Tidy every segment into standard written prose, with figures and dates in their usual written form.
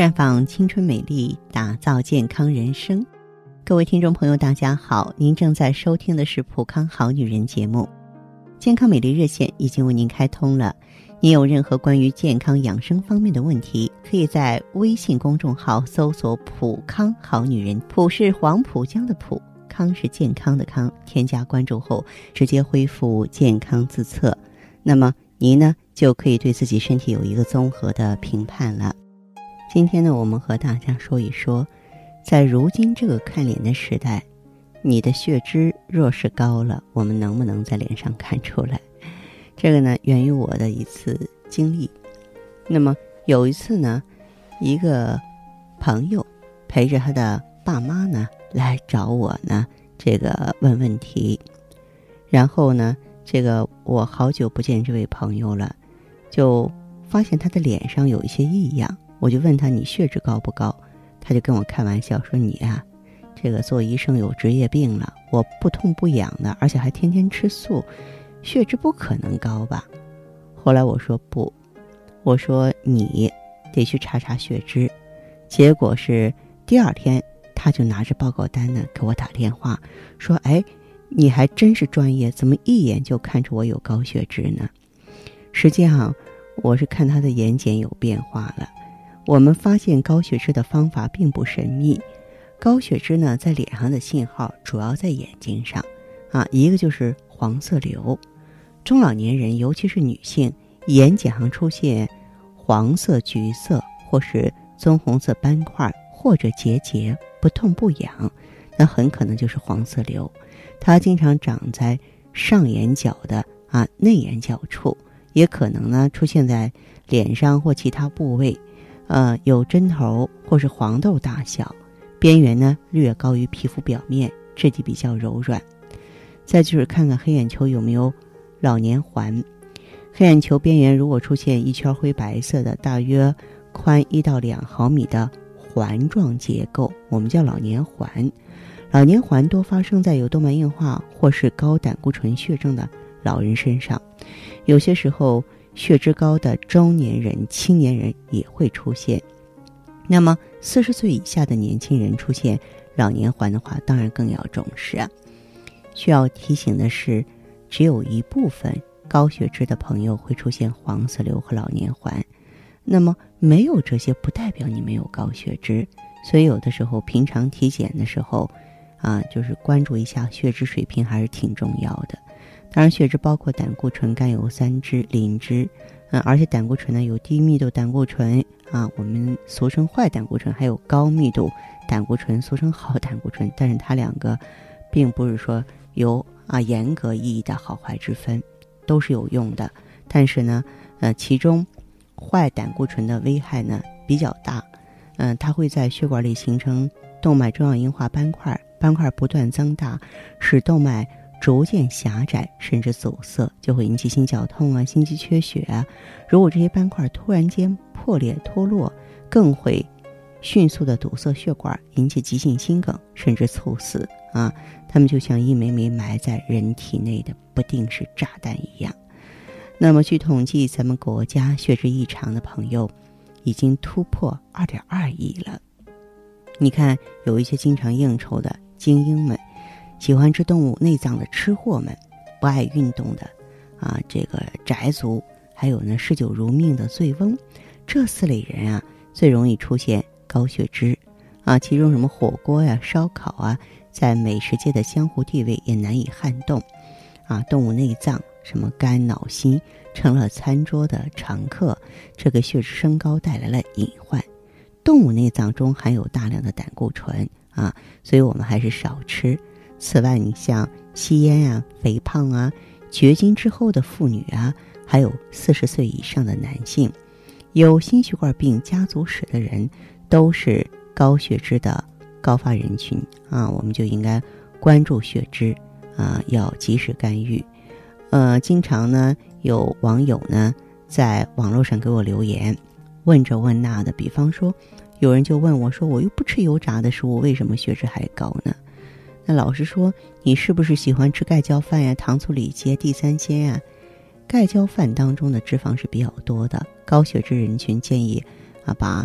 绽放青春美丽，打造健康人生。各位听众朋友大家好，您正在收听的是普康好女人节目。健康美丽热线已经为您开通了，您有任何关于健康养生方面的问题，可以在微信公众号搜索普康好女人，普是黄浦江的浦，康是健康的康，添加关注后直接恢复健康自测，那么您呢就可以对自己身体有一个综合的评判了。今天呢，我们和大家说一说，在如今这个看脸的时代，你的血脂若是高了，我们能不能在脸上看出来？这个呢，源于我的一次经历。那么有一次呢，一个朋友陪着他的爸妈呢来找我呢，这个问问题。然后呢，这个我好久不见这位朋友了，就发现他的脸上有一些异样。我就问他，你血脂高不高？他就跟我开玩笑说，你啊，这个做医生有职业病了，我不痛不痒的，而且还天天吃素，血脂不可能高吧？后来我说不，我说你得去查查血脂。结果是第二天他就拿着报告单呢给我打电话说，哎，你还真是专业，怎么一眼就看出我有高血脂呢？实际上我是看他的眼睑有变化了。我们发现高血脂的方法并不神秘，高血脂呢在脸上的信号主要在眼睛上一个就是黄色瘤，中老年人尤其是女性眼睑上出现黄色、橘色或是棕红色斑块或者结节，不痛不痒，那很可能就是黄色瘤。它经常长在上眼角的内眼角处，也可能呢出现在脸上或其他部位。有针头或是黄豆大小，边缘呢略高于皮肤表面，质地比较柔软。再就是看看黑眼球有没有老年环，黑眼球边缘如果出现一圈灰白色的，大约宽1到2毫米的环状结构，我们叫老年环。老年环多发生在有动脉硬化或是高胆固醇血症的老人身上，有些时候血脂高的中年人、青年人也会出现。那么40岁以下的年轻人出现老年环的话，当然更要重视需要提醒的是，只有一部分高血脂的朋友会出现黄色瘤和老年环，那么没有这些不代表你没有高血脂。所以有的时候平常体检的时候就是关注一下血脂水平还是挺重要的。当然血脂包括胆固醇、甘油三酯、磷脂而且胆固醇呢有低密度胆固醇我们俗称坏胆固醇，还有高密度胆固醇，俗称好胆固醇。但是它两个并不是说有严格意义的好坏之分，都是有用的。但是呢其中坏胆固醇的危害呢比较大，它会在血管里形成动脉粥样硬化斑块，斑块不断增大，使动脉逐渐狭窄甚至阻塞，就会引起心绞痛心肌缺血如果这些斑块突然间破裂脱落，更会迅速的堵塞血管，引起急性心梗甚至猝死它们就像一枚枚埋在人体内的不定时炸弹一样。那么据统计，咱们国家血脂异常的朋友已经突破2.2亿了。你看有一些经常应酬的精英们，喜欢吃动物内脏的吃货们，不爱运动的这个宅族，还有呢嗜酒如命的醉翁，这4类人最容易出现高血脂其中什么火锅烧烤在美食界的江湖地位也难以撼动动物内脏什么肝脑心成了餐桌的常客，这给血脂升高带来了隐患。动物内脏中含有大量的胆固醇所以我们还是少吃。此外，你像吸烟肥胖绝经之后的妇女还有40岁以上的男性，有心血管病家族史的人，都是高血脂的高发人群我们就应该关注血脂要及时干预。经常呢有网友呢在网络上给我留言，问这问那的，比方说有人就问我说，我又不吃油炸的食物，为什么血脂还高呢？那老实说，你是不是喜欢吃盖浇饭糖醋里脊、地三鲜盖浇饭当中的脂肪是比较多的，高血脂人群建议把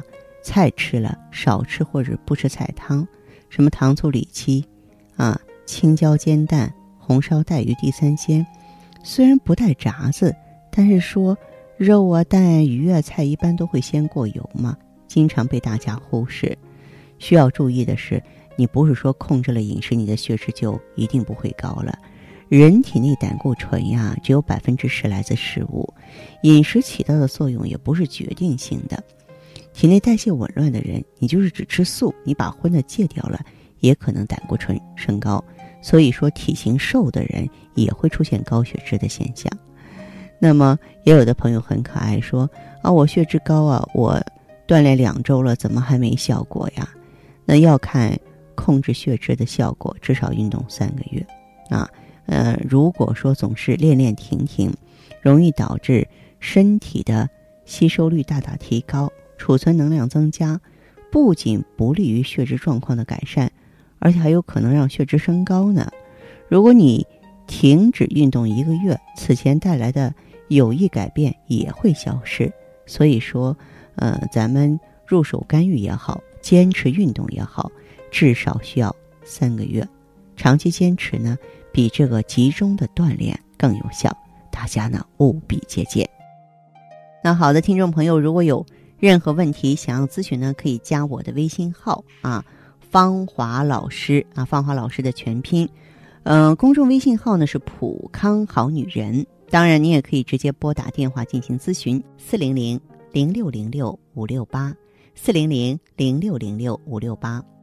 菜吃了少吃或者不吃菜汤，什么糖醋里脊啊、青椒煎蛋、红烧带鱼、地三鲜，虽然不带炸子，但是说肉啊、蛋啊、鱼啊、菜一般都会先过油嘛，经常被大家忽视。需要注意的是，你不是说控制了饮食，你的血脂就一定不会高了。人体内胆固醇呀，只有10%来自食物，饮食起到的作用也不是决定性的。体内代谢紊乱的人，你就是只吃素，你把荤的戒掉了，也可能胆固醇升高。所以说，体型瘦的人也会出现高血脂的现象。那么，也有的朋友很可爱说啊，我血脂高啊，我锻炼2周了，怎么还没效果呀？那要看控制血脂的效果，至少运动3个月啊。如果说总是练练停停，容易导致身体的吸收率大大提高，储存能量增加，不仅不利于血脂状况的改善，而且还有可能让血脂升高呢。如果你停止运动1个月，此前带来的有益改变也会消失。所以说，咱们入手干预也好，坚持运动也好，至少需要3个月。长期坚持呢，比这个集中的锻炼更有效。大家呢务必借鉴。那好的，听众朋友，如果有任何问题想要咨询呢，可以加我的微信号啊，芳华老师啊，芳华老师的全拼。公众微信号呢是普康好女人。当然，你也可以直接拨打电话进行咨询，400-0606-568，400-0606-568。